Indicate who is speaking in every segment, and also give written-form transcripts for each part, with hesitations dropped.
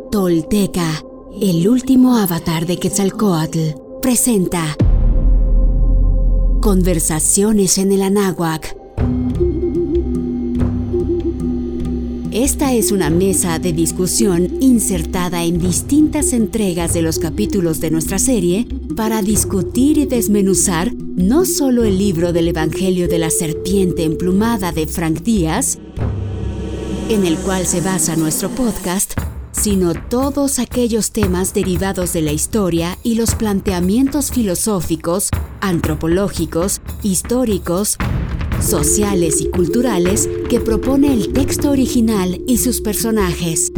Speaker 1: Tolteca, el último avatar de Quetzalcóatl, presenta Conversaciones en el Anáhuac. Esta es una mesa de discusión insertada en distintas entregas de los capítulos de nuestra serie para discutir y desmenuzar no solo el libro del Evangelio de la Serpiente Emplumada de Frank Díaz, en el cual se basa nuestro podcast, sino todos aquellos temas derivados de la historia y los planteamientos filosóficos, antropológicos, históricos, sociales y culturales que propone el texto original y sus personajes.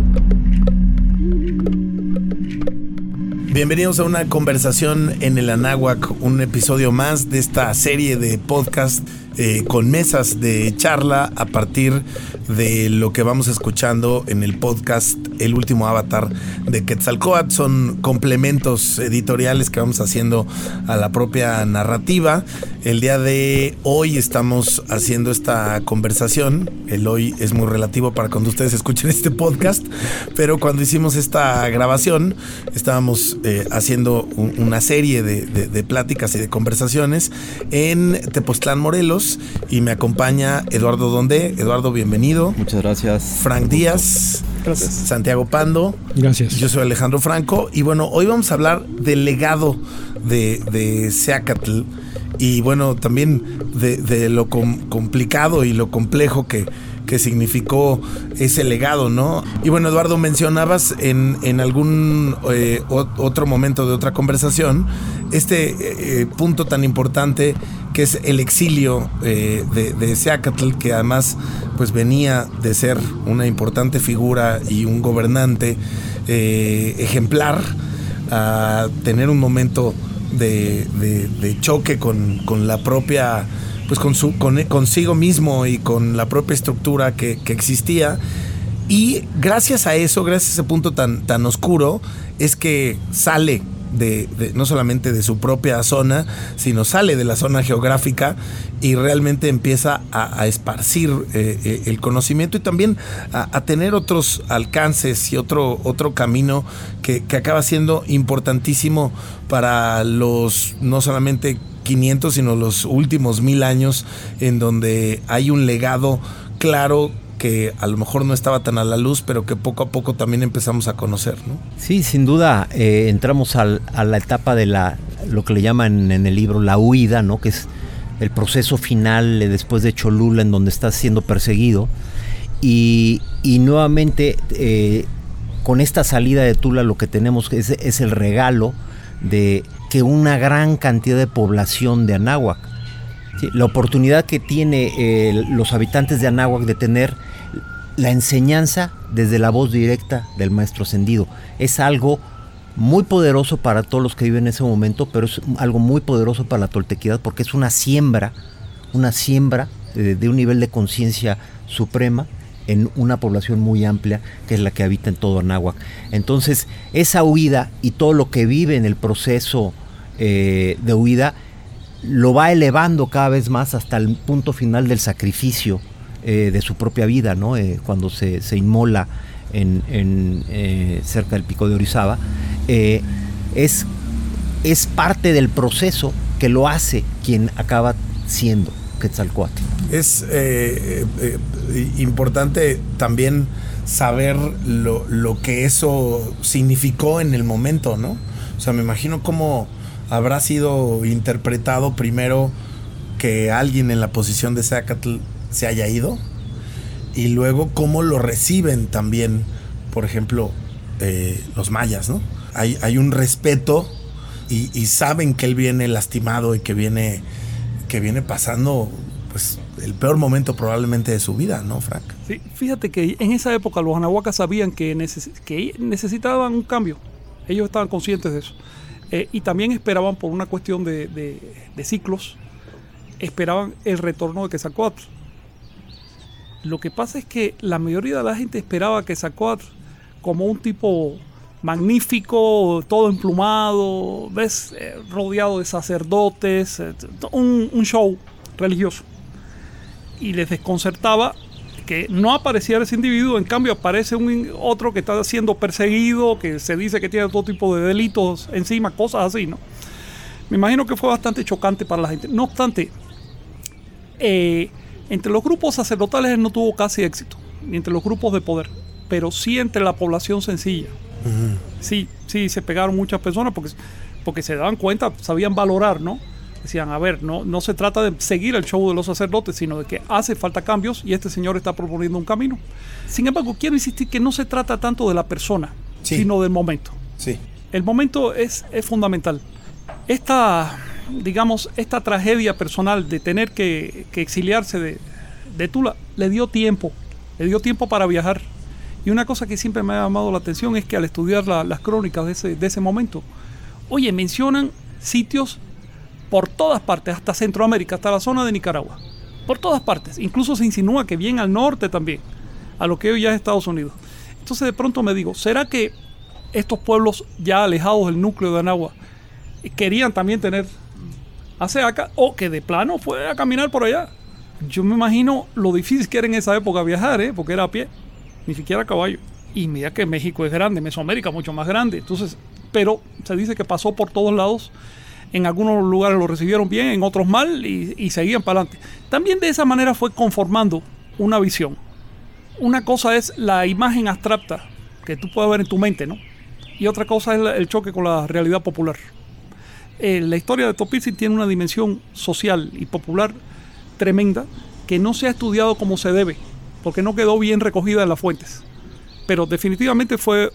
Speaker 2: Bienvenidos a una conversación en el Anáhuac, un episodio más de esta serie de podcast con mesas de charla a partir de lo que vamos escuchando en el podcast El último avatar de Quetzalcóatl. Son complementos editoriales que vamos haciendo a la propia narrativa. El día de hoy estamos haciendo esta conversación. El hoy es muy relativo para cuando ustedes escuchen este podcast, pero cuando hicimos esta grabación estábamos haciendo una serie de pláticas y de conversaciones en Tepoztlán, Morelos, y me acompaña Eduardo Dondé. Eduardo, bienvenido.
Speaker 3: Muchas gracias.
Speaker 2: Frank Díaz.
Speaker 4: Gracias.
Speaker 2: Santiago Pando.
Speaker 4: Gracias.
Speaker 2: Yo soy Alejandro Franco. Y bueno, hoy vamos a hablar del legado de Seacatl. Y bueno, también de lo complicado y lo complejo que significó ese legado, ¿no? Y bueno, Eduardo, mencionabas en algún otro momento de otra conversación este punto tan importante que es el exilio de Seacatl, que además pues venía de ser una importante figura y un gobernante ejemplar, a tener un momento de choque con la propia, pues consigo mismo y con la propia estructura que existía. Y gracias a eso, gracias a ese punto tan oscuro, es que sale no solamente de su propia zona, sino sale de la zona geográfica y realmente empieza a esparcir el conocimiento y también a tener otros alcances y otro camino que acaba siendo importantísimo para los no solamente 500, sino los últimos 1000 años, en donde hay un legado claro que a lo mejor no estaba tan a la luz, pero que poco a poco también empezamos a conocer, ¿no?
Speaker 3: Sí, sin duda, entramos a la etapa de lo que le llaman en el libro la huida, ¿no? Que es el proceso final después de Cholula, en donde está siendo perseguido. Y nuevamente, con esta salida de Tula, lo que tenemos es el regalo de que una gran cantidad de población de Anáhuac, ¿sí? La oportunidad que tiene los habitantes de Anáhuac de tener la enseñanza desde la voz directa del maestro ascendido. Es algo muy poderoso para todos los que viven en ese momento, pero es algo muy poderoso para la toltequidad, porque es una siembra de un nivel de conciencia suprema en una población muy amplia, que es la que habita en todo Anáhuac. Entonces, esa huida y todo lo que vive en el proceso de huida lo va elevando cada vez más hasta el punto final del sacrificio de su propia vida, ¿no? Cuando se inmola cerca del Pico de Orizaba, es parte del proceso que lo hace quien acaba siendo Quetzalcóatl.
Speaker 2: Es importante también saber lo que eso significó en el momento, ¿no? O sea, me imagino cómo habrá sido interpretado primero que alguien en la posición de Seacatl se haya ido, y luego cómo lo reciben también, por ejemplo, los mayas, ¿no? Hay un respeto y saben que él viene lastimado y que viene pasando pues el peor momento probablemente de su vida, ¿no, Frank?
Speaker 4: Sí, fíjate que en esa época los anahuacas sabían que necesitaban un cambio. Ellos estaban conscientes de eso. Y también esperaban, por una cuestión de ciclos, esperaban el retorno de Quetzalcóatl. Lo que pasa es que la mayoría de la gente esperaba a Quetzalcóatl como un tipo magnífico, todo emplumado, ¿ves? Rodeado de sacerdotes, un show religioso. Y les desconcertaba que no apareciera ese individuo, en cambio aparece otro que está siendo perseguido, que se dice que tiene todo tipo de delitos encima, cosas así, ¿no? Me imagino que fue bastante chocante para la gente. No obstante, entre los grupos sacerdotales él no tuvo casi éxito, ni entre los grupos de poder, pero sí entre la población sencilla. Sí, se pegaron muchas personas porque se daban cuenta, sabían valorar, ¿no? Decían, a ver, no se trata de seguir el show de los sacerdotes, sino de que hace falta cambios y este señor está proponiendo un camino. Sin embargo, quiero insistir que no se trata tanto de la persona, sino del momento.
Speaker 2: Sí.
Speaker 4: El momento es fundamental. Esta tragedia personal de tener que exiliarse de Tula le dio tiempo para viajar. Y una cosa que siempre me ha llamado la atención es que al estudiar las crónicas de ese momento, mencionan sitios por todas partes, hasta Centroamérica, hasta la zona de Nicaragua, por todas partes. Incluso se insinúa que bien al norte también, a lo que hoy ya es Estados Unidos. Entonces de pronto me digo, ¿será que estos pueblos ya alejados del núcleo de Anagua querían también tener a Seaca, o que de plano fue a caminar por allá? Yo me imagino lo difícil que era en esa época viajar, porque era a pie, ni siquiera a caballo. Y mira que México es grande, Mesoamérica mucho más grande. Entonces, pero se dice que pasó por todos lados. En algunos lugares lo recibieron bien, en otros mal, y seguían para adelante. También de esa manera fue conformando una visión. Una cosa es la imagen abstracta que tú puedes ver en tu mente, ¿no? Y otra cosa es el choque con la realidad popular. La historia de Topitzin tiene una dimensión social y popular tremenda que no se ha estudiado como se debe, porque no quedó bien recogida en las fuentes. Pero definitivamente fue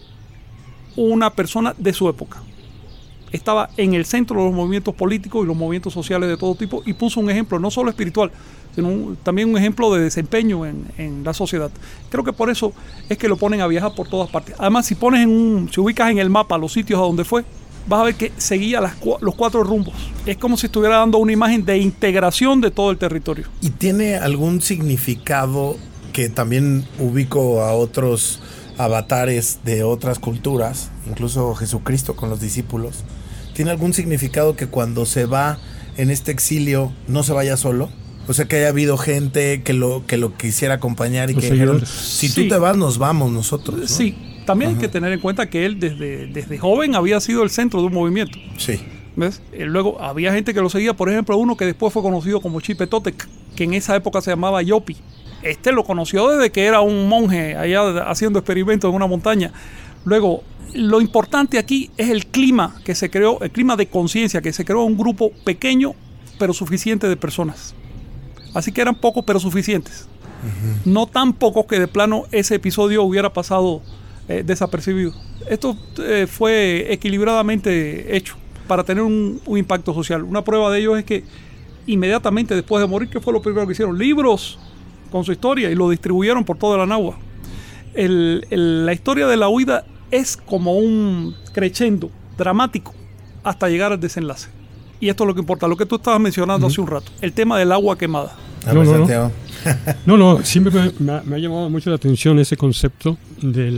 Speaker 4: una persona de su época. Estaba en el centro de los movimientos políticos y los movimientos sociales de todo tipo, y puso un ejemplo no solo espiritual, sino también un ejemplo de desempeño en la sociedad. Creo que por eso es que lo ponen a viajar por todas partes. Además, si ubicas en el mapa los sitios a donde fue, vas a ver que seguía los 4 rumbos. Es como si estuviera dando una imagen de integración de todo el territorio.
Speaker 2: ¿Y tiene algún significado que también ubico a otros avatares de otras culturas, incluso Jesucristo con los discípulos? ¿Tiene algún significado que cuando se va en este exilio no se vaya solo? O sea, que haya habido gente que lo quisiera acompañar y los que dijeron, si tú te vas, nos vamos nosotros, ¿no?
Speaker 4: Sí, también hay que tener en cuenta que él desde joven había sido el centro de un movimiento.
Speaker 2: Sí.
Speaker 4: ¿Ves? Luego había gente que lo seguía, por ejemplo, uno que después fue conocido como Chipe Totec, que en esa época se llamaba Yopi. Lo conoció desde que era un monje allá haciendo experimentos en una montaña. Luego, lo importante aquí es el clima que se creó, el clima de conciencia, que se creó un grupo pequeño pero suficiente de personas. Así que eran pocos pero suficientes. No tan pocos que de plano ese episodio hubiera pasado desapercibido. Esto fue equilibradamente hecho para tener un impacto social. Una prueba de ello es que inmediatamente después de morir, ¿qué fue lo primero que hicieron? Libros con su historia, y lo distribuyeron por toda la Anagua. La historia de la huida es como un crescendo dramático hasta llegar al desenlace. Y esto es lo que importa, lo que tú estabas mencionando hace un rato, el tema del agua quemada.
Speaker 5: No, siempre me ha llamado mucho la atención ese concepto del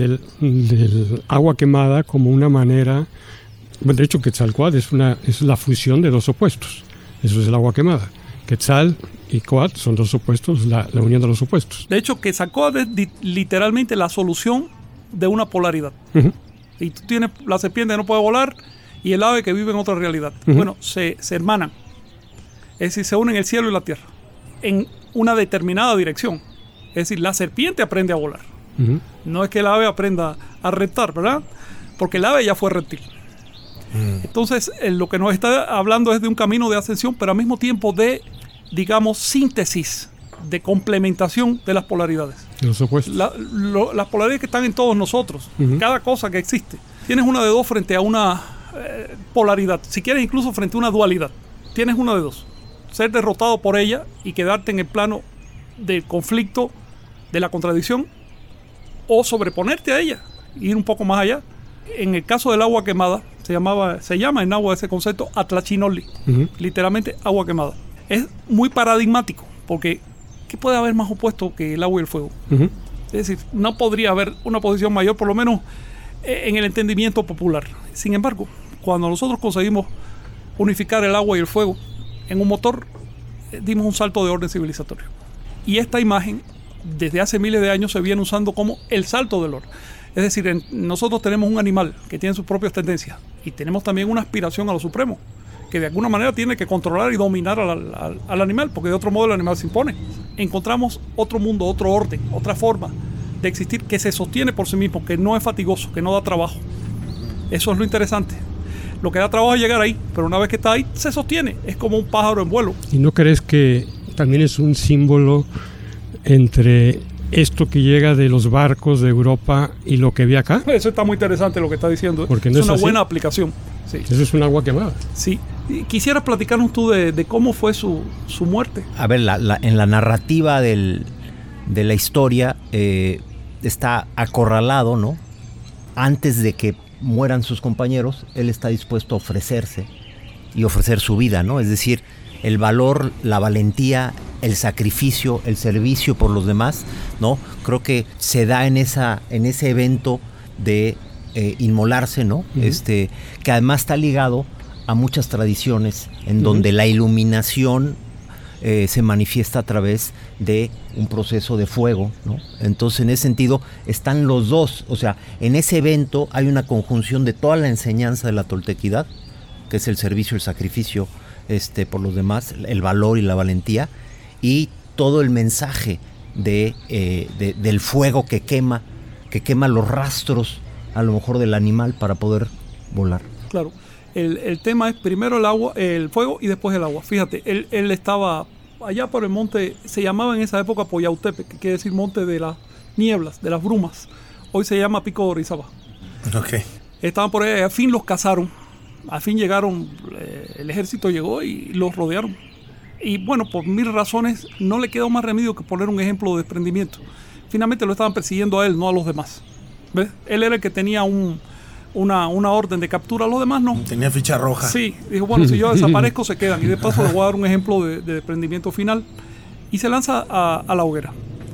Speaker 5: agua quemada como una manera. De hecho, Quetzalcóatl es la fusión de dos opuestos. Eso es el agua quemada. Quetzal y Coatl son dos opuestos, la unión de los opuestos.
Speaker 4: De hecho, Quetzalcóatl es literalmente la solución de una polaridad. Y tú tienes la serpiente que no puede volar y el ave que vive en otra realidad. Bueno, se hermanan. Es decir, se unen el cielo y la tierra en una determinada dirección. Es decir, la serpiente aprende a volar. No es que el ave aprenda a reptar, ¿verdad? Porque el ave ya fue reptil. Entonces, lo que nos está hablando es de un camino de ascensión, pero al mismo tiempo de, digamos, síntesis, de complementación de las polaridades.
Speaker 5: Los opuestos.
Speaker 4: Las polaridades que están en todos nosotros, cada cosa que existe. Tienes una de dos frente a una polaridad, si quieres incluso frente a una dualidad. Tienes una de dos: ser derrotado por ella y quedarte en el plano del conflicto, de la contradicción, o sobreponerte a ella, ir un poco más allá. En el caso del agua quemada, se llama en agua ese concepto Atlachinoli, literalmente agua quemada. Es muy paradigmático, porque ¿qué puede haber más opuesto que el agua y el fuego? Es decir, no podría haber una posición mayor, por lo menos en el entendimiento popular. Sin embargo, cuando nosotros conseguimos unificar el agua y el fuego en un motor, dimos un salto de orden civilizatorio. Y esta imagen desde hace miles de años se viene usando como el salto del orden. Es decir, nosotros tenemos un animal que tiene sus propias tendencias y tenemos también una aspiración a lo supremo, que de alguna manera tiene que controlar y dominar al animal, porque de otro modo el animal se impone. Encontramos otro mundo, otro orden, otra forma de existir que se sostiene por sí mismo, que no es fatigoso, que no da trabajo. Eso es lo interesante. Lo que da trabajo es llegar ahí, pero una vez que está ahí, se sostiene. Es como un pájaro en vuelo.
Speaker 5: ¿Y no crees que también es un símbolo entre esto que llega de los barcos de Europa y lo que vi acá?
Speaker 4: Eso está muy interesante lo que está diciendo.
Speaker 5: Porque no
Speaker 4: es una
Speaker 5: así.
Speaker 4: buena aplicación. Sí.
Speaker 5: Eso es un agua quemada.
Speaker 4: Sí. ¿Quisieras platicarnos tú de cómo fue su muerte?
Speaker 3: A ver, en la narrativa de la historia está acorralado, ¿no? Antes de que mueran sus compañeros, él está dispuesto a ofrecerse y ofrecer su vida, ¿no? Es decir, el valor, la valentía, el sacrificio, el servicio por los demás, ¿no? Creo que se da en ese evento de inmolarse, ¿no? Uh-huh. Que además está ligado a muchas tradiciones en donde la iluminación se manifiesta a través de un proceso de fuego, ¿no? Entonces, en ese sentido, están los dos. O sea, en ese evento hay una conjunción de toda la enseñanza de la toltequidad, que es el servicio, el sacrificio por los demás, el valor y la valentía, y todo el mensaje del fuego que quema los rastros, a lo mejor, del animal para poder volar.
Speaker 4: Claro. El tema es primero el agua, el fuego y después el agua. Fíjate, él estaba allá por el monte, se llamaba en esa época Poyautepec, que quiere decir monte de las nieblas, de las brumas. Hoy se llama Pico de Orizaba.
Speaker 2: Okay.
Speaker 4: Estaban por ahí, al fin los cazaron, al fin llegaron, el ejército llegó y los rodearon. Y bueno, por mil razones no le quedó más remedio que poner un ejemplo de desprendimiento. Finalmente lo estaban persiguiendo a él, no a los demás. ¿Ves? Él era el que tenía una orden de captura, los demás no.
Speaker 2: Tenía ficha roja.
Speaker 4: Sí, dijo, bueno, si yo desaparezco se quedan. Y de paso les voy a dar un ejemplo de desprendimiento final. Y se lanza a la hoguera.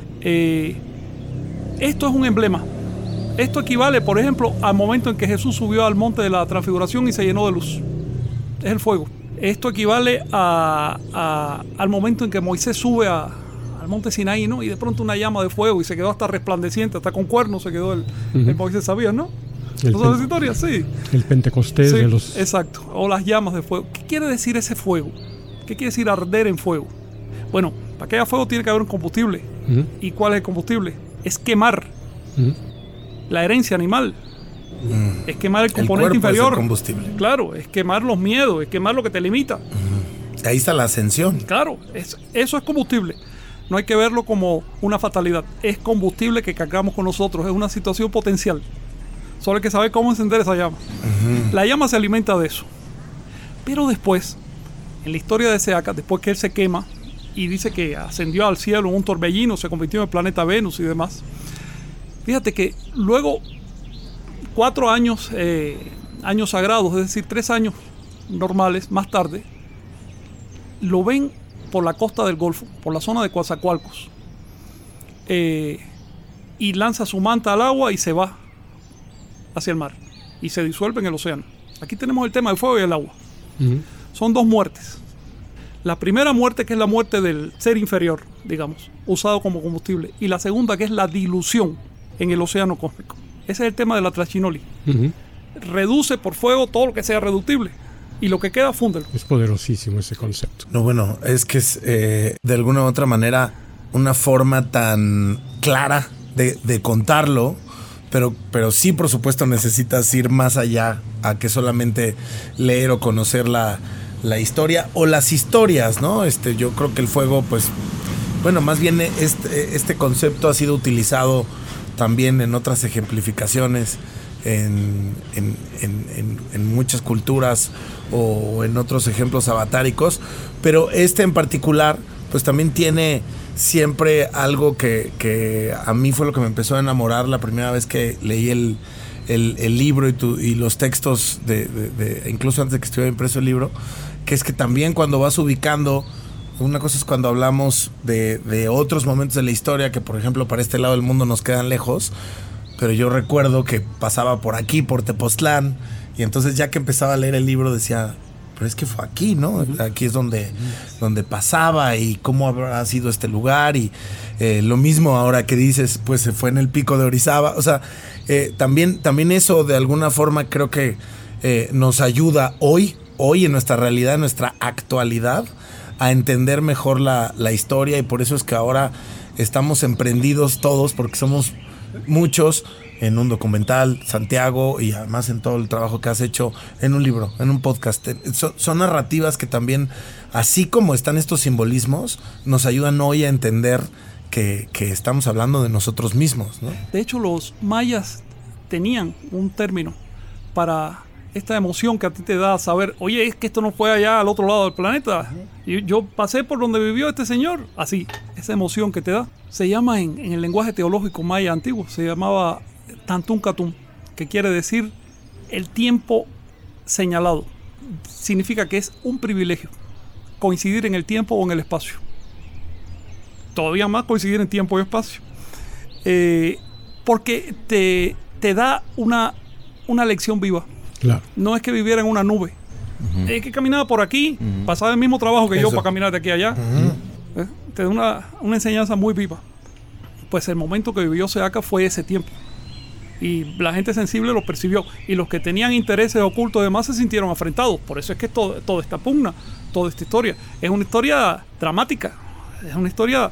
Speaker 4: Esto es un emblema. Esto equivale, por ejemplo, al momento en que Jesús subió al monte de la transfiguración y se llenó de luz. Es el fuego. Esto equivale al momento en que Moisés sube al monte Sinaí, ¿no? Y de pronto una llama de fuego y se quedó hasta resplandeciente, hasta con cuernos se quedó el Moisés, ¿sabías, no? ¿No sabes la historia? Sí.
Speaker 5: El Pentecostés
Speaker 4: sí,
Speaker 5: de los...
Speaker 4: Exacto. O las llamas de fuego. ¿Qué quiere decir ese fuego? ¿Qué quiere decir arder en fuego? Bueno, para que haya fuego tiene que haber un combustible. ¿Y cuál es el combustible? Es quemar la herencia animal. Es quemar el componente inferior.
Speaker 2: Es el combustible.
Speaker 4: Claro, es quemar los miedos, es quemar lo que te limita.
Speaker 2: Ahí está la ascensión.
Speaker 4: Claro, eso es combustible. No hay que verlo como una fatalidad. Es combustible que cargamos con nosotros. Es una situación potencial. Solo hay que saber cómo encender esa llama. La llama se alimenta de eso. Pero después, en la historia de Seacat, después que él se quema y dice que ascendió al cielo en un torbellino, se convirtió en el planeta Venus y demás. Fíjate que luego 4 años, años sagrados, es decir, 3 años normales, más tarde, lo ven por la costa del Golfo, por la zona de Coatzacoalcos. Y lanza su manta al agua y se va hacia el mar y se disuelve en el océano. Aquí tenemos el tema del fuego y el agua. Son 2 muertes. La primera muerte, que es la muerte del ser inferior, digamos, usado como combustible, y la segunda, que es la dilución en el océano cósmico. Ese es el tema de la Trachinoli. Reduce por fuego todo lo que sea reductible y lo que queda, fúndelo.
Speaker 5: Es poderosísimo ese concepto.
Speaker 2: No, bueno, es que es de alguna u otra manera una forma tan clara de contarlo. Pero sí, por supuesto, necesitas ir más allá a que solamente leer o conocer la historia o las historias, ¿no? Yo creo que el fuego, pues, bueno, más bien este concepto ha sido utilizado también en otras ejemplificaciones, en muchas culturas o en otros ejemplos avatáricos, pero en particular, pues también tiene siempre algo que a mí fue lo que me empezó a enamorar la primera vez que leí el libro y los textos incluso antes de que estuviera impreso el libro, que es que también cuando vas ubicando, una cosa es cuando hablamos de otros momentos de la historia que, por ejemplo, para este lado del mundo nos quedan lejos, pero yo recuerdo que pasaba por aquí, por Tepoztlán, y entonces ya que empezaba a leer el libro decía, pero es que fue aquí, ¿no? Aquí es donde pasaba y cómo habrá sido este lugar y lo mismo ahora que dices, pues se fue en el pico de Orizaba. O sea, también eso de alguna forma creo que nos ayuda hoy en nuestra realidad, en nuestra actualidad, a entender mejor la historia, y por eso es que ahora estamos emprendidos todos, porque somos muchos en un documental, Santiago, y además en todo el trabajo que has hecho en un libro, en un podcast. Son narrativas que también, así como están estos simbolismos, nos ayudan hoy a entender que estamos hablando de nosotros mismos, ¿no?
Speaker 4: De hecho, los mayas tenían un término para esta emoción que a ti te da saber, oye, es que esto no fue allá al otro lado del planeta. Y yo pasé por donde vivió este señor. Así, esa emoción que te da. Se llama en el lenguaje teológico maya antiguo, se llamaba Tantuncatum, que quiere decir el tiempo señalado. Significa que es un privilegio coincidir en el tiempo o en el espacio. Todavía más coincidir en tiempo y espacio. Porque te da una lección viva.
Speaker 5: Claro.
Speaker 4: No es que viviera en una nube. Es que caminaba por aquí, pasaba el mismo trabajo que yo para caminar de aquí a allá. Te da una enseñanza muy viva. Pues el momento que vivió Seaca fue ese tiempo. Y la gente sensible lo percibió. Y los que tenían intereses ocultos y demás se sintieron afrentados. Por eso es que toda esta pugna, toda esta historia, es una historia dramática. Es una historia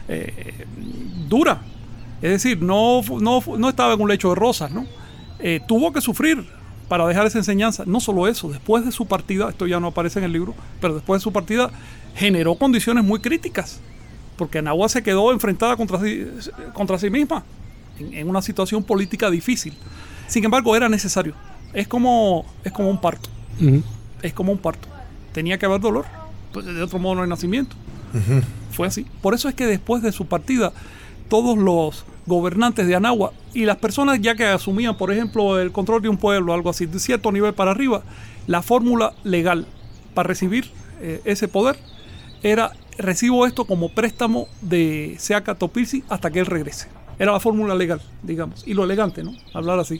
Speaker 4: dura. Es decir, no estaba en un lecho de rosas, ¿no? Tuvo que sufrir para dejar esa enseñanza. No solo eso, después de su partida, esto ya no aparece en el libro, pero después de su partida generó condiciones muy críticas, porque Anáhuac se quedó enfrentada contra sí misma en una situación política difícil. Sin embargo, era necesario. Es como un parto. Es como un parto. Tenía que haber dolor, pues de otro modo no hay nacimiento. Fue así. Por eso es que después de su partida, todos los gobernantes de Anáhuac y las personas ya que asumían, por ejemplo, el control de un pueblo, algo así, de cierto nivel para arriba, la fórmula legal para recibir ese poder era: recibo esto como préstamo de Seaca Topilsi hasta que él regrese. Era la fórmula legal, digamos, y lo elegante, ¿no? Hablar así.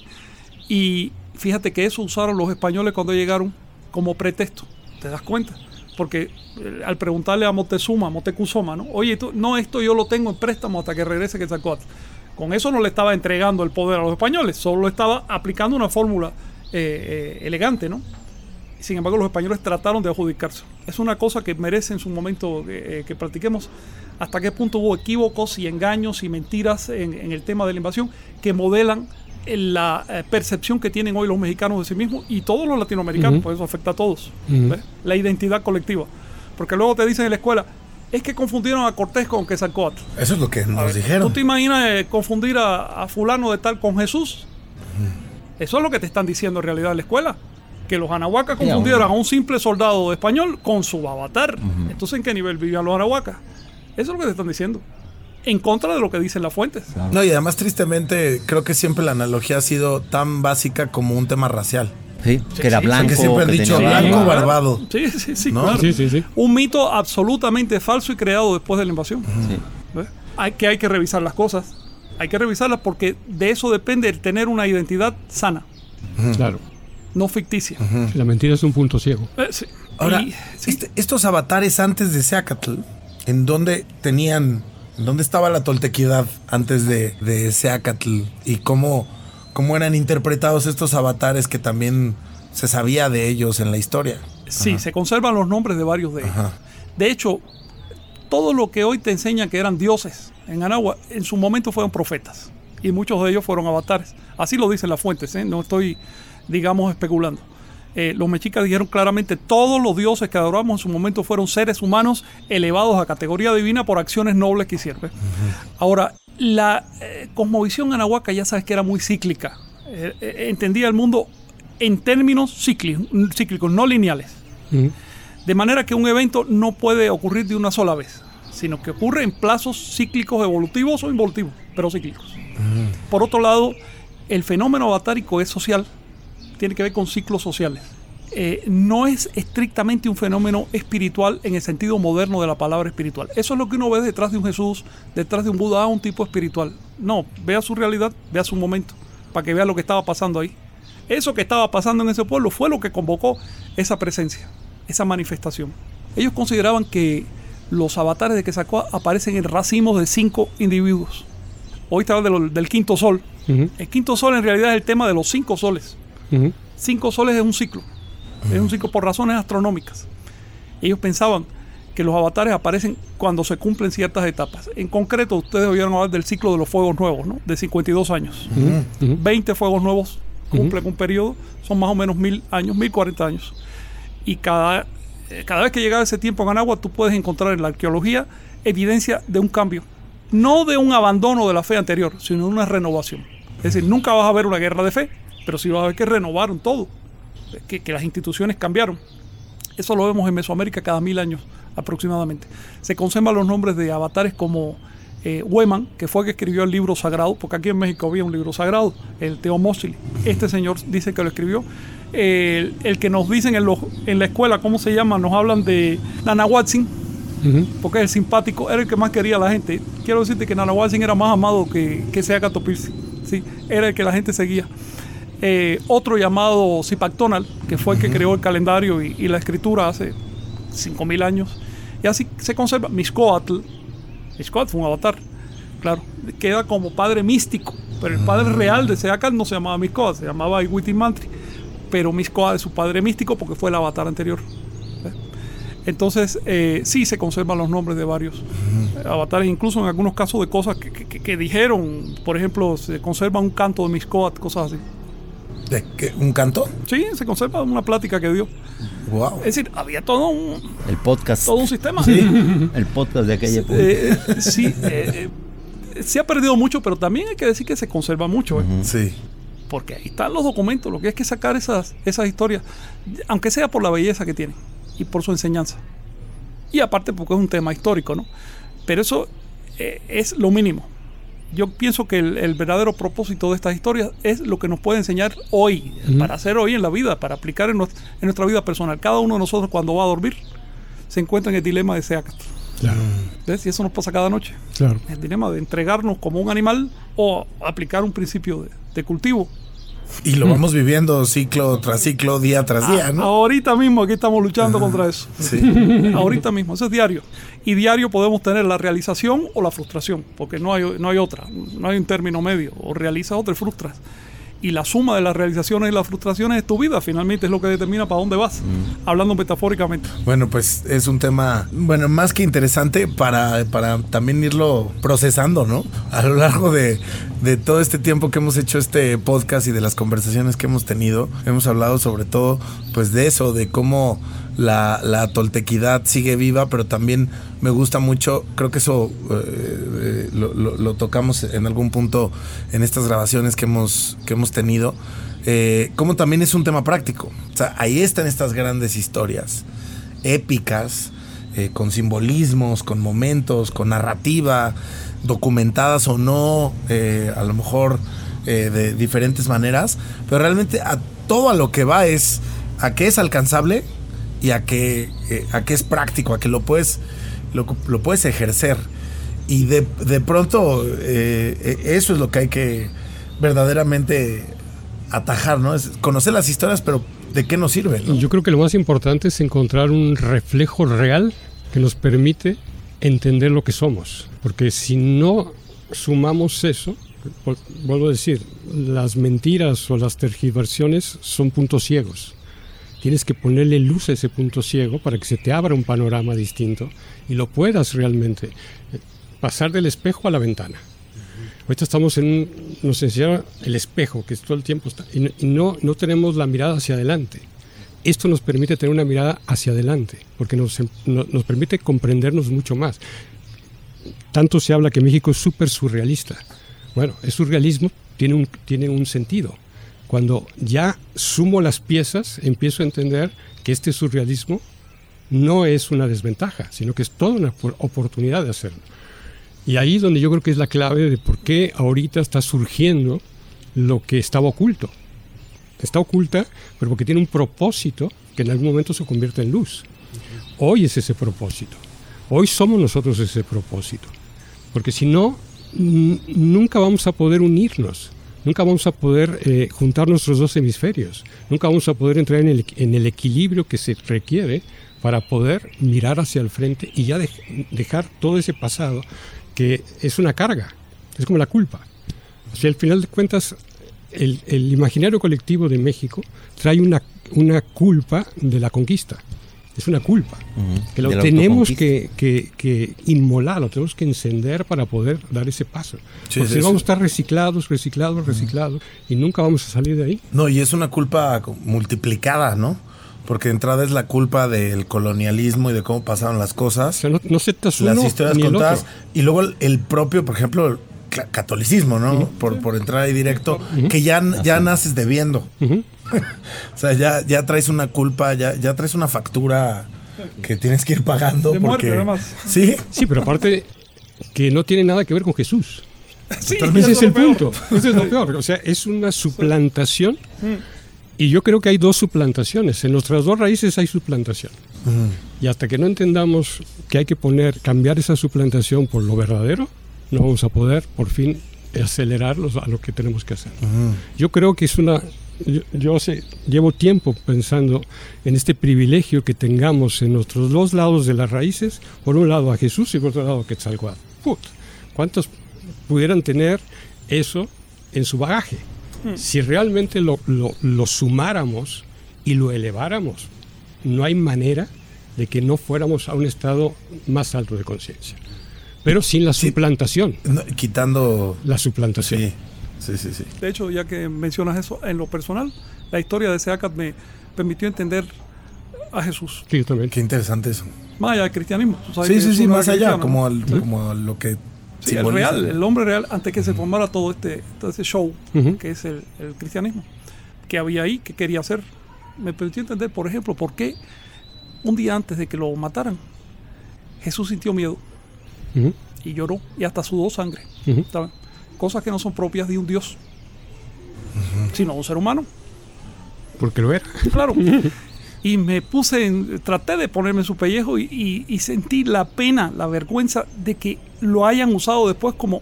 Speaker 4: Y fíjate que eso usaron los españoles cuando llegaron como pretexto, ¿te das cuenta? Porque al preguntarle a Moctezuma, ¿no? Oye, esto yo lo tengo en préstamo hasta que regrese Quetzalcóatl. Con eso no le estaba entregando el poder a los españoles, solo estaba aplicando una fórmula elegante, ¿no? Sin embargo, los españoles trataron de adjudicarse. Es una cosa que merece en su momento que practiquemos hasta qué punto hubo equívocos y engaños y mentiras en el tema de la invasión que modelan la percepción que tienen hoy los mexicanos de sí mismos y todos los latinoamericanos, por eso afecta a todos. La identidad colectiva. Porque luego te dicen en la escuela, es que confundieron a Cortés con Quetzalcóatl.
Speaker 2: Eso es lo que nos dijeron.
Speaker 4: ¿Tú te imaginas confundir a fulano de tal con Jesús? Eso es lo que te están diciendo en realidad en la escuela. Que los anahuacas confundieron a un simple soldado español con su avatar. Entonces, ¿en qué nivel vivían los anahuacas? Eso es lo que te están diciendo. En contra de lo que dicen las fuentes.
Speaker 2: Claro. No, y además, tristemente, creo que siempre la analogía ha sido tan básica como un tema racial.
Speaker 3: Sí, que era blanco.
Speaker 2: Que siempre han dicho blanco, barbado.
Speaker 4: Sí,
Speaker 2: ¿no?
Speaker 4: claro.
Speaker 5: Sí.
Speaker 4: Un mito absolutamente falso y creado después de la invasión. Hay que revisar las cosas. Hay que revisarlas porque de eso depende el tener una identidad sana.
Speaker 5: Claro.
Speaker 4: No ficticia.
Speaker 5: La mentira es un punto ciego.
Speaker 4: Sí.
Speaker 2: Ahora, estos avatares antes de Seacatl, ¿en dónde estaba la toltequidad antes de Seacatl? ¿Y cómo eran interpretados estos avatares que también se sabía de ellos en la historia?
Speaker 4: Sí, se conservan los nombres de varios de ellos. De hecho, todo lo que hoy te enseñan que eran dioses en Anáhuac, en su momento fueron profetas. Y muchos de ellos fueron avatares. Así lo dicen las fuentes, no estoy, digamos, especulando. Los mexicas dijeron claramente, todos los dioses que adoramos en su momento fueron seres humanos elevados a categoría divina por acciones nobles que hicieron. Ahora, la cosmovisión anahuaca ya sabes que era muy cíclica. Entendía el mundo en términos cíclicos, no lineales. De manera que un evento no puede ocurrir de una sola vez, sino que ocurre en plazos cíclicos evolutivos o involutivos, pero cíclicos. Por otro lado, el fenómeno avatárico es social, tiene que ver con ciclos sociales. No es estrictamente un fenómeno espiritual en el sentido moderno de la palabra espiritual. Eso es lo que uno ve detrás de un Jesús, detrás de un Buda, un tipo espiritual. No, vea su realidad, vea su momento, para que vea lo que estaba pasando ahí. Eso que estaba pasando en ese pueblo fue lo que convocó esa presencia. esa manifestación. Ellos consideraban que los avatares de Quetzalcóatl aparecen en racimos de 5 individuos. Hoy te hablo del quinto sol.
Speaker 5: Uh-huh.
Speaker 4: El quinto sol en realidad es el tema de los 5 soles.
Speaker 5: Uh-huh.
Speaker 4: 5 soles es un ciclo. Es un ciclo por razones astronómicas. Ellos pensaban que los avatares aparecen cuando se cumplen ciertas etapas. En concreto, ustedes oyeron hablar del ciclo de los fuegos nuevos, ¿no? De 52 años.
Speaker 5: Uh-huh.
Speaker 4: 20 fuegos nuevos cumplen un periodo, son más o menos 1000 años, 1040 años. Y cada vez que llegaba ese tiempo en Anáhuac, tú puedes encontrar en la arqueología evidencia de un cambio. No de un abandono de la fe anterior, sino de una renovación. Es decir, nunca vas a ver una guerra de fe, pero sí vas a ver que renovaron todo, que las instituciones cambiaron. Eso lo vemos en Mesoamérica cada 1000 años aproximadamente. Se conservan los nombres de avatares como Hueman, que fue el que escribió el libro sagrado, porque aquí en México había un libro sagrado, el Teomóstili. Este señor dice que lo escribió. El que nos dicen en la escuela, ¿cómo se llama? Nos hablan de Nanahuatzin, uh-huh, porque es el simpático, era el que más quería a la gente. Quiero decirte que Nanahuatzin era más amado que Seacatl-Topiltzi, ¿sí? Era el que la gente seguía. Otro llamado Zipactonal, que fue el que creó el calendario y la escritura hace 5000 años. Y así se conserva. Mixcoatl fue un avatar, claro, queda como padre místico, pero el padre real de Seacatl no se llamaba Mixcoatl, se llamaba Ihuitimantli, pero Mixcoatl es su padre místico porque fue el avatar anterior. Entonces, sí se conservan los nombres de varios avatares, incluso en algunos casos de cosas que dijeron. Por ejemplo, se conserva un canto de Mixcoatl, cosas así.
Speaker 2: ¿De qué? ¿Un canto?
Speaker 4: Sí, se conserva una plática que dio.
Speaker 2: Wow.
Speaker 4: Es decir, había todo un sistema.
Speaker 3: Sí. El podcast de aquella época.
Speaker 4: Sí, se ha perdido mucho, pero también hay que decir que se conserva mucho.
Speaker 2: Uh-huh. Sí.
Speaker 4: Porque ahí están los documentos, lo que hay que sacar esas historias, aunque sea por la belleza que tienen y por su enseñanza. Y aparte porque es un tema histórico, ¿no? Pero eso es lo mínimo. Yo pienso que el verdadero propósito de estas historias es lo que nos puede enseñar hoy, uh-huh, para hacer hoy en la vida, para aplicar en nuestra vida personal. Cada uno de nosotros cuando va a dormir se encuentra en el dilema de Seacatl.
Speaker 5: Claro.
Speaker 4: ¿Ves? Y eso nos pasa cada noche.
Speaker 5: Claro.
Speaker 4: El dilema de entregarnos como un animal o aplicar un principio de cultivo.
Speaker 2: Y lo vamos viviendo ciclo tras ciclo, día tras día, ¿no?
Speaker 4: Ahorita mismo aquí estamos luchando contra eso.
Speaker 2: Sí.
Speaker 4: Ahorita mismo, eso es diario. Y diario podemos tener la realización o la frustración, porque no hay otra, no hay un término medio. O realizas o te frustras. Y la suma de las realizaciones y las frustraciones es tu vida, finalmente es lo que determina para dónde vas, hablando metafóricamente.
Speaker 2: Bueno, pues es un tema, más que interesante para también irlo procesando, ¿no? A lo largo de todo este tiempo que hemos hecho este podcast y de las conversaciones que hemos tenido, hemos hablado sobre todo pues de eso, de cómo la toltequidad sigue viva, pero también me gusta mucho, creo que eso lo tocamos en algún punto en estas grabaciones que hemos tenido, como también es un tema práctico. O sea, ahí están estas grandes historias épicas, con simbolismos, con momentos, con narrativa, documentadas o no, a lo mejor de diferentes maneras, pero realmente a todo a lo que va es a que es alcanzable y a que es práctico, a que lo puedes ejercer. Y de pronto eso es lo que hay que verdaderamente atajar, ¿no? Es conocer las historias, pero ¿de qué nos sirven, no?
Speaker 5: Yo creo que lo más importante es encontrar un reflejo real que nos permite entender lo que somos. Porque si no sumamos eso, vuelvo a decir, las mentiras o las tergiversiones son puntos ciegos. Tienes que ponerle luz a ese punto ciego para que se te abra un panorama distinto y lo puedas realmente pasar del espejo a la ventana. Ahorita estamos nos enseña el espejo, que todo el tiempo está, y no tenemos la mirada hacia adelante. Esto nos permite tener una mirada hacia adelante, porque nos permite comprendernos mucho más. Tanto se habla que México es súper surrealista. Bueno, el surrealismo tiene un sentido. Cuando ya sumo las piezas, empiezo a entender que este surrealismo no es una desventaja, sino que es toda una oportunidad de hacerlo. Y ahí es donde yo creo que es la clave de por qué ahorita está surgiendo lo que estaba oculto. Está oculta, pero porque tiene un propósito que en algún momento se convierte en luz. Hoy es ese propósito. Hoy somos nosotros ese propósito. Porque si no, nunca vamos a poder unirnos nunca vamos a poder juntar nuestros dos hemisferios, nunca vamos a poder entrar en el equilibrio que se requiere para poder mirar hacia el frente y ya dejar todo ese pasado que es una carga, es como la culpa. O sea, al final de cuentas, el imaginario colectivo de México trae una culpa de la conquista. Es una culpa que lo tenemos que inmolar, lo tenemos que encender para poder dar ese paso. Sí, porque si vamos a estar reciclados y nunca vamos a salir de ahí.
Speaker 2: No, y es una culpa multiplicada, ¿no? Porque de entrada es la culpa del colonialismo y de cómo pasaron las cosas.
Speaker 5: O sea, no aceptas uno
Speaker 2: las historias
Speaker 5: ni
Speaker 2: contadas.
Speaker 5: el otro.
Speaker 2: Y luego el propio, por ejemplo, catolicismo, ¿no? Por entrar ahí directo, que ya naces debiendo. O sea, ya traes una culpa, ya traes una factura que tienes que ir pagando.
Speaker 4: De muerte, además.
Speaker 2: Sí,
Speaker 5: pero aparte que no tiene nada que ver con Jesús.
Speaker 4: Sí,
Speaker 5: ese es el punto. Ese es lo peor. O sea, es una suplantación. Y yo creo que hay dos suplantaciones. En nuestras dos raíces hay suplantación. Y hasta que no entendamos que hay que cambiar esa suplantación por lo verdadero, no vamos a poder, por fin, acelerarlos a lo que tenemos que hacer. Yo creo que es llevo tiempo pensando en este privilegio que tengamos en nuestros dos lados de las raíces, por un lado a Jesús y por otro lado a Quetzalcóatl. ¿Cuántos pudieran tener eso en su bagaje? Si realmente lo sumáramos y lo eleváramos, no hay manera de que no fuéramos a un estado más alto de conciencia. Pero sin la suplantación.
Speaker 2: Quitando
Speaker 5: la suplantación.
Speaker 2: Sí.
Speaker 4: De hecho, ya que mencionas eso, en lo personal, la historia de Seacat me permitió entender a Jesús.
Speaker 5: Sí, yo también.
Speaker 2: Qué interesante eso.
Speaker 4: Más allá del cristianismo. Sí,
Speaker 2: más allá, como lo que...
Speaker 4: Sí, el real, el hombre real, antes que se formara todo este show, que es el cristianismo, que había ahí, que quería hacer. Me permitió entender, por ejemplo, por qué un día antes de que lo mataran, Jesús sintió miedo y lloró y hasta sudó sangre. ¿Saben? Cosas que no son propias de un Dios, sino de un ser humano.
Speaker 5: Porque lo era. Claro.
Speaker 4: Y traté de ponerme en su pellejo y sentí la pena, la vergüenza de que lo hayan usado después como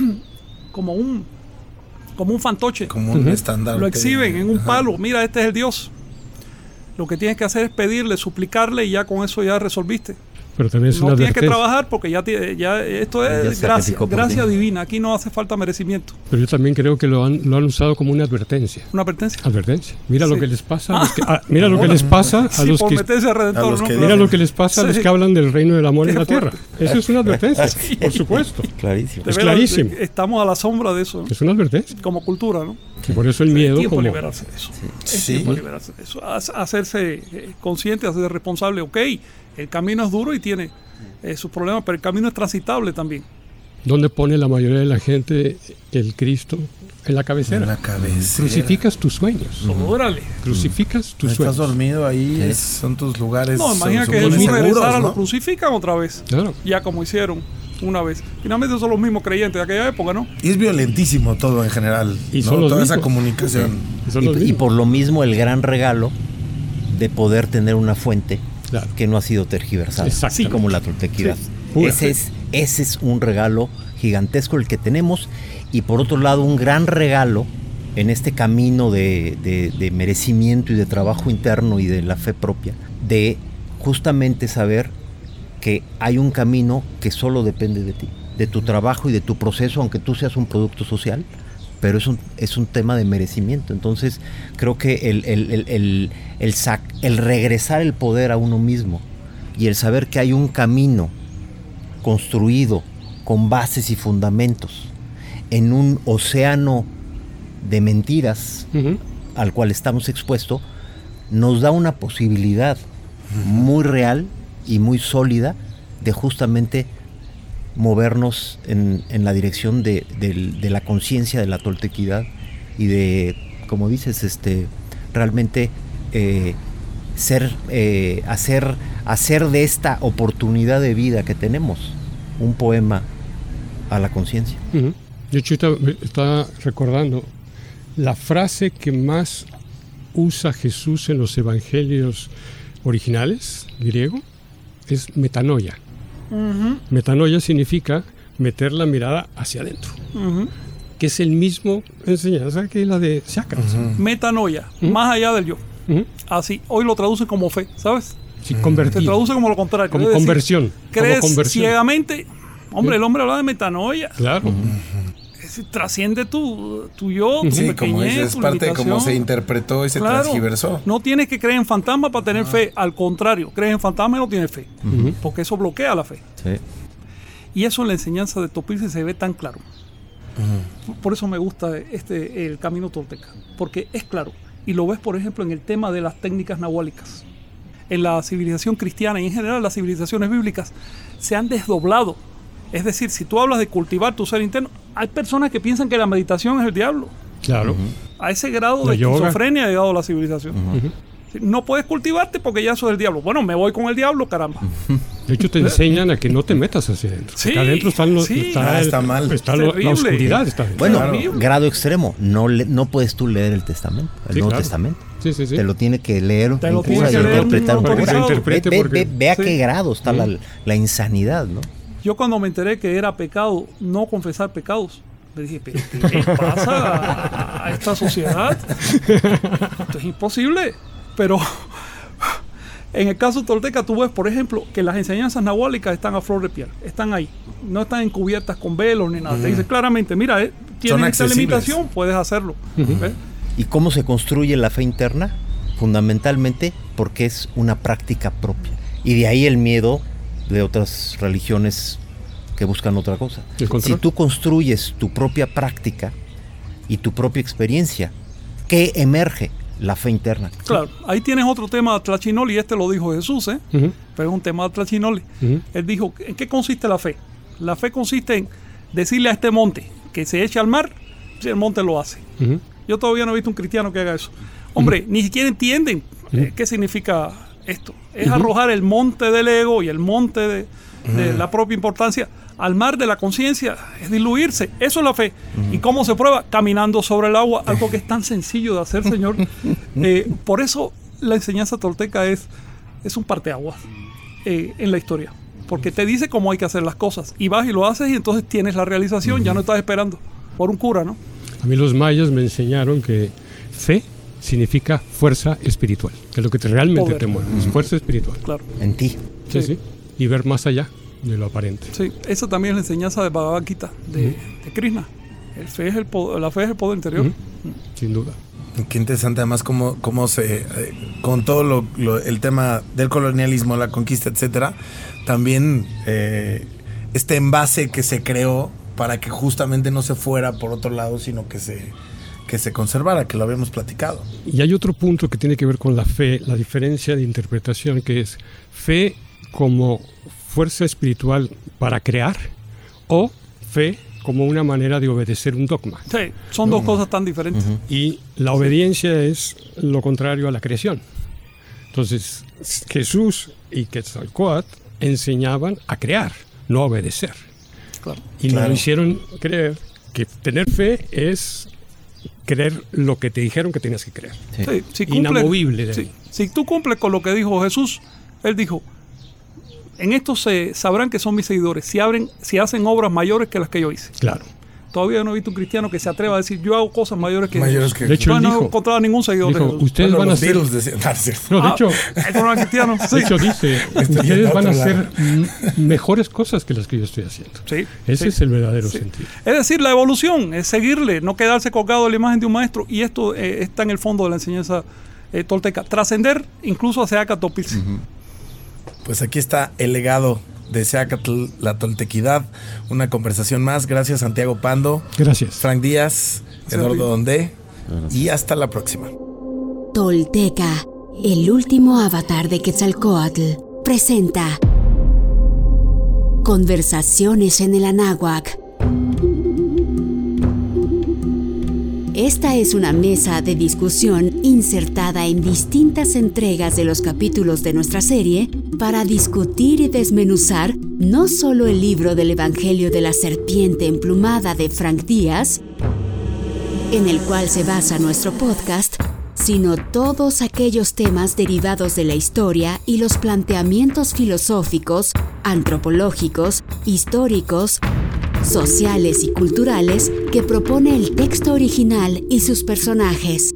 Speaker 4: un fantoche.
Speaker 2: Como un estándar.
Speaker 4: Lo exhiben en un palo. Mira, este es el Dios. Lo que tienes que hacer es pedirle, suplicarle y ya con eso ya resolviste.
Speaker 5: Pero también es
Speaker 4: no
Speaker 5: una
Speaker 4: tienes que trabajar porque ya esto es gracia divina. Aquí no hace falta merecimiento.
Speaker 5: Pero yo también creo que lo han usado como una advertencia.
Speaker 4: ¿Una advertencia?
Speaker 5: Advertencia. Mira lo que les pasa. Mira lo que les pasa a los que... Mira lo que les pasa a los que hablan del reino del amor en la tierra. Eso es una advertencia, por supuesto.
Speaker 3: Clarísimo.
Speaker 5: Es clarísimo.
Speaker 4: Estamos a la sombra de eso.
Speaker 5: Es una advertencia.
Speaker 4: Como cultura, ¿no?
Speaker 5: Y por eso el miedo...
Speaker 4: Es tiempo
Speaker 5: como...
Speaker 4: de liberarse de eso. Es tiempo de liberarse de eso. Hacerse consciente, hacerse responsable. Ok, el camino es duro y tiene sus problemas, pero el camino es transitable también.
Speaker 5: ¿Dónde pone la mayoría de la gente el Cristo? En la cabecera.
Speaker 2: En la cabecera.
Speaker 5: Crucificas tus sueños.
Speaker 4: Órale.
Speaker 5: Crucificas tus sueños.
Speaker 2: Estás dormido ahí, son tus lugares.
Speaker 4: No, imagina que Jesús regresara, ¿no? Lo crucifican otra vez.
Speaker 5: Claro.
Speaker 4: Ya como hicieron una vez. Finalmente son los mismos creyentes de aquella época, ¿no?
Speaker 2: Y es violentísimo todo en general.
Speaker 5: Y
Speaker 2: ¿no?
Speaker 5: son los
Speaker 2: toda
Speaker 5: mismos.
Speaker 2: Esa comunicación.
Speaker 3: Y por lo mismo el gran regalo de poder tener una fuente que no ha sido tergiversada, así como la toltequidad. Ese es un regalo gigantesco el que tenemos, y por otro lado un gran regalo en este camino de merecimiento y de trabajo interno y de la fe propia, de justamente saber que hay un camino que solo depende de ti, de tu trabajo y de tu proceso, aunque tú seas un producto social, pero es un tema de merecimiento. Entonces creo que el regresar el poder a uno mismo y el saber que hay un camino construido con bases y fundamentos en un océano de mentiras al cual estamos expuestos, nos da una posibilidad muy real y muy sólida de justamente movernos en la dirección de la conciencia de la toltequidad y de, como dices, realmente hacer de esta oportunidad de vida que tenemos un poema a la conciencia.
Speaker 5: Yo estaba recordando la frase que más usa Jesús en los evangelios originales griego es metanoia. Metanoia significa meter la mirada hacia adentro. que es el mismo enseñanza que la de Seacat.
Speaker 4: Metanoia, más allá del yo. Así, hoy lo traducen como fe, ¿sabes?
Speaker 5: Sí, convertido.
Speaker 4: Se traduce como lo contrario.
Speaker 5: Como
Speaker 4: es decir,
Speaker 5: conversión.
Speaker 4: Crees
Speaker 5: como conversión.
Speaker 4: ciegamente. Hombre, el hombre habla de metanoia.
Speaker 5: Claro.
Speaker 4: Trasciende tu yo, tu
Speaker 2: Sí,
Speaker 4: pequeñez,
Speaker 2: como dices, es
Speaker 4: tu
Speaker 2: parte de cómo
Speaker 4: limitación.
Speaker 2: se interpretó y se transgiversó.
Speaker 4: No tienes que creer en fantasmas para tener fe. Al contrario, crees en fantasmas y no tienes fe. Porque eso bloquea la fe.
Speaker 3: Sí.
Speaker 4: Y eso en la enseñanza de Topilce se ve tan claro. Por eso me gusta el camino tolteca. Porque es claro. Y lo ves, por ejemplo, en el tema de las técnicas nahuálicas. En la civilización cristiana y en general las civilizaciones bíblicas se han desdoblado. Es decir, si tú hablas de cultivar tu ser interno, hay personas que piensan que la meditación es el diablo.
Speaker 5: Claro.
Speaker 4: A ese grado
Speaker 5: La
Speaker 4: de
Speaker 5: yoga.
Speaker 4: esquizofrenia ha llegado la civilización. No puedes cultivarte porque ya eso es el diablo. Bueno, me voy con el diablo, caramba.
Speaker 5: De hecho, te enseñan a que no te metas hacia adentro.
Speaker 4: Sí,
Speaker 5: Porque adentro están
Speaker 4: sí.
Speaker 2: Está mal.
Speaker 5: Está
Speaker 4: Terrible.
Speaker 5: la oscuridad. Está adentro.
Speaker 3: Bueno,
Speaker 4: Claro.
Speaker 3: grado extremo, no puedes tú leer el testamento, el
Speaker 5: Sí,
Speaker 3: Nuevo
Speaker 5: claro.
Speaker 3: Testamento.
Speaker 5: Sí, sí, sí.
Speaker 3: Te lo tiene que leer
Speaker 4: Te
Speaker 3: un
Speaker 4: lo tiene
Speaker 3: cura y
Speaker 4: que leer
Speaker 3: interpretar
Speaker 4: un
Speaker 3: un
Speaker 5: Para que se
Speaker 3: cura.
Speaker 4: autorizado.
Speaker 5: interprete
Speaker 3: Ve
Speaker 5: porque...
Speaker 3: a
Speaker 4: Sí.
Speaker 3: qué grado está la insanidad, ¿no?
Speaker 4: Yo cuando me enteré que era pecado no confesar pecados, me dije, ¿pero qué le pasa a esta sociedad? Esto es imposible. Pero en el caso tolteca tú ves, por ejemplo, que las enseñanzas nahuálicas están a flor de piel. Están ahí. No están encubiertas con velos ni nada. Te dice claramente, mira, tienes esta
Speaker 2: accesibles.
Speaker 4: limitación, puedes hacerlo. ¿Ves?
Speaker 3: ¿Y cómo se construye la fe interna? Fundamentalmente porque es una práctica propia. Y de ahí el miedo de otras religiones que buscan otra cosa.
Speaker 5: El control.
Speaker 3: Si tú construyes tu propia práctica y tu propia experiencia, ¿qué emerge? La fe interna.
Speaker 4: Claro, ahí tienes otro tema de Tlachinoli, y este lo dijo Jesús, pero es un tema de Tlachinoli. Él dijo, ¿en qué consiste la fe? La fe consiste en decirle a este monte que se eche al mar, si el monte lo hace. Yo todavía no he visto un cristiano que haga eso. Hombre, ni siquiera entienden qué significa esto. Es arrojar el monte del ego y el monte de la propia importancia al mar de la conciencia, es diluirse. Eso es la fe. ¿Y cómo se prueba? Caminando sobre el agua, algo que es tan sencillo de hacer, señor. Por eso la enseñanza tolteca es un parteaguas en la historia. Porque te dice cómo hay que hacer las cosas. Y vas y lo haces y entonces tienes la realización, ya no estás esperando por un cura, ¿no?
Speaker 5: A mí los mayas me enseñaron que fe significa fuerza espiritual, que es lo que realmente
Speaker 4: Poder.
Speaker 5: te mueve, es fuerza espiritual.
Speaker 4: Claro.
Speaker 3: En ti.
Speaker 5: Sí,
Speaker 4: Sí.
Speaker 5: sí. Y ver más allá de lo aparente.
Speaker 4: Sí, esa también es la enseñanza de Bhagavad Gita, de Krishna. La fe es el poder interior.
Speaker 5: Sin duda.
Speaker 2: Qué interesante además cómo se con todo el tema del colonialismo, la conquista, etcétera, también este envase que se creó para que justamente no se fuera por otro lado, sino que se conservara, que lo habíamos platicado.
Speaker 5: Y hay otro punto que tiene que ver con la fe, la diferencia de interpretación, que es fe como fuerza espiritual para crear o fe como una manera de obedecer un dogma.
Speaker 4: Sí, son dos cosas tan diferentes.
Speaker 5: Y la obediencia es lo contrario a la creación. Entonces, Jesús y Quetzalcóatl enseñaban a crear, no a obedecer.
Speaker 4: Claro.
Speaker 5: Y
Speaker 2: Claro.
Speaker 5: nos hicieron creer que tener fe es creer lo que te dijeron que tenías que creer.
Speaker 3: Sí.
Speaker 4: Sí, si
Speaker 5: Inamovible de
Speaker 4: sí,
Speaker 5: ahí.
Speaker 4: si tú cumples con lo que dijo Jesús, él dijo, en esto se sabrán que son mis seguidores, si hacen obras mayores que las que yo hice.
Speaker 5: Claro.
Speaker 4: Todavía no he visto un cristiano que se atreva a decir, yo hago cosas mayores que
Speaker 2: Mayores
Speaker 4: Jesús.
Speaker 2: que-
Speaker 5: De hecho,
Speaker 4: Yo
Speaker 5: él
Speaker 4: no he
Speaker 5: dijo,
Speaker 4: encontrado ningún seguidor de Jesús.
Speaker 5: ustedes
Speaker 2: Bueno,
Speaker 5: van a
Speaker 2: los
Speaker 5: ser...
Speaker 2: Beatles decían, no, es cierto.
Speaker 5: No, de hecho,
Speaker 4: eso no es cristiano. Sí.
Speaker 5: de hecho dice,
Speaker 2: Estoy
Speaker 5: ustedes
Speaker 2: yendo a
Speaker 5: van a
Speaker 2: otro
Speaker 5: hacer mejores cosas que las que yo estoy haciendo.
Speaker 4: Sí,
Speaker 5: Ese
Speaker 4: sí.
Speaker 5: es el verdadero
Speaker 4: Sí.
Speaker 5: sentido.
Speaker 4: Es decir, la evolución, es seguirle, no quedarse colgado de la imagen de un maestro. Y esto está en el fondo de la enseñanza tolteca. Trascender incluso hacia Acatopilce.
Speaker 2: Pues aquí está el legado de Seacatl, la toltequidad. Una conversación más. Gracias, Santiago Pando,
Speaker 5: Gracias.
Speaker 2: Frank Díaz, Eduardo
Speaker 4: Sergio.
Speaker 2: Dondé. Y hasta la próxima.
Speaker 1: Tolteca, el último avatar de Quetzalcóatl, presenta Conversaciones en el Anáhuac. Esta es una mesa de discusión insertada en distintas entregas de los capítulos de nuestra serie para discutir y desmenuzar no solo el libro del Evangelio de la Serpiente Emplumada de Frank Díaz, en el cual se basa nuestro podcast, sino todos aquellos temas derivados de la historia y los planteamientos filosóficos, antropológicos, históricos, sociales y culturales que propone el texto original y sus personajes.